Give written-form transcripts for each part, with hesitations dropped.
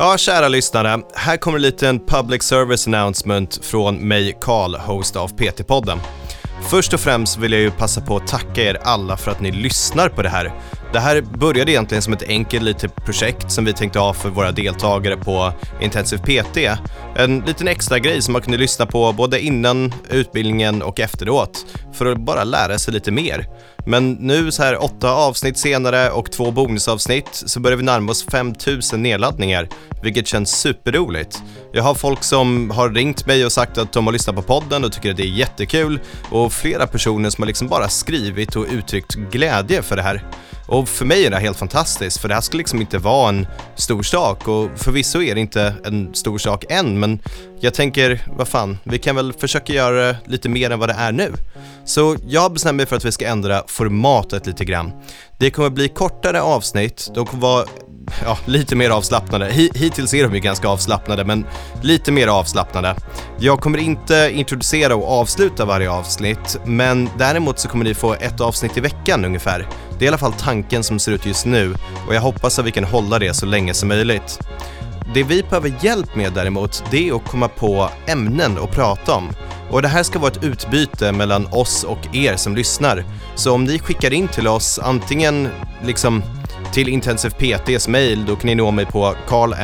Ja, kära lyssnare, här kommer en liten public service announcement från mig, Carl, host av PT-podden. Först och främst vill jag ju passa på att tacka er alla för att ni lyssnar på det här. Det här började egentligen som ett enkelt litet projekt som vi tänkte ha för våra deltagare på Intensiv PT. En liten extra grej som man kunde lyssna på både innan utbildningen och efteråt för att bara lära sig lite mer. Men nu så här 8 avsnitt senare och 2 bonusavsnitt så börjar vi närma oss 5000 nedladdningar, vilket känns superroligt. Jag har folk som har ringt mig och sagt att de har lyssnat på podden och tycker att det är jättekul, och flera personer som har liksom bara skrivit och uttryckt glädje för det här. Och för mig är det helt fantastiskt, för det här ska liksom inte vara en stor sak, och förvisso är det inte en stor sak än, men jag tänker, vad fan, vi kan väl försöka göra lite mer än vad det är nu. Så jag bestämmer mig för att vi ska ändra formatet lite grann. Det kommer bli kortare avsnitt, de kommer vara lite mer avslappnade. Hittills är de ju ganska avslappnade, men lite mer avslappnade. Jag kommer inte introducera och avsluta varje avsnitt, men däremot så kommer ni få ett avsnitt i veckan ungefär. Det är i alla fall tanken som ser ut just nu, och jag hoppas att vi kan hålla det så länge som möjligt. Det vi behöver hjälp med däremot, det är att komma på ämnen att prata om. Och det här ska vara ett utbyte mellan oss och er som lyssnar. Så om ni skickar in till oss, antingen liksom till Intensiv PTs mail, då kan ni nå mig på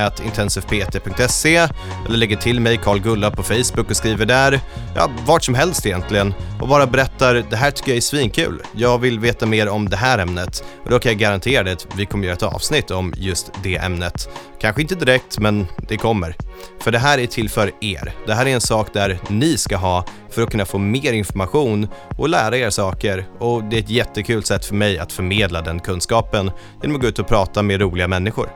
carl@intensivpt.se eller lägger till mig Carl Gulla på Facebook och skriver där, vart som helst egentligen, och bara berättar, det här tycker jag är svinkul, jag vill veta mer om det här ämnet, och då kan jag garantera det att vi kommer göra ett avsnitt om just det ämnet. Kanske inte direkt, men det kommer. För det här är till för er. Det här är en sak där ni ska ha för att kunna få mer information och lära er saker, och det är ett jättekul sätt för mig att förmedla den kunskapen genom att gå ut och prata med roliga människor.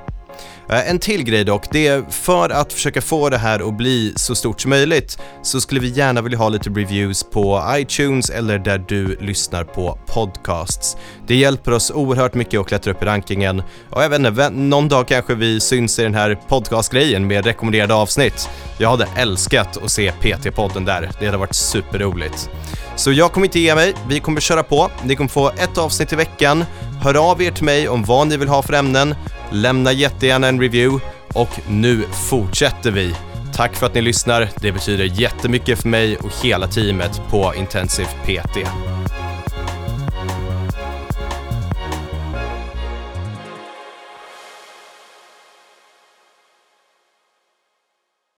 En till grej dock, det är för att försöka få det här att bli så stort som möjligt, så skulle vi gärna vilja ha lite reviews på iTunes eller där du lyssnar på podcasts. Det hjälper oss oerhört mycket att klättra upp i rankingen, och jag vet inte, någon dag kanske vi syns i den här podcastgrejen med rekommenderade avsnitt. Jag hade älskat att se PT-podden där, det hade varit superroligt. Så jag kommer inte ge mig, vi kommer köra på. Ni kommer få ett avsnitt i veckan. Hör av er till mig om vad ni vill ha för ämnen. Lämna jättegärna en review. Och nu fortsätter vi. Tack för att ni lyssnar. Det betyder jättemycket för mig och hela teamet på Intensiv PT.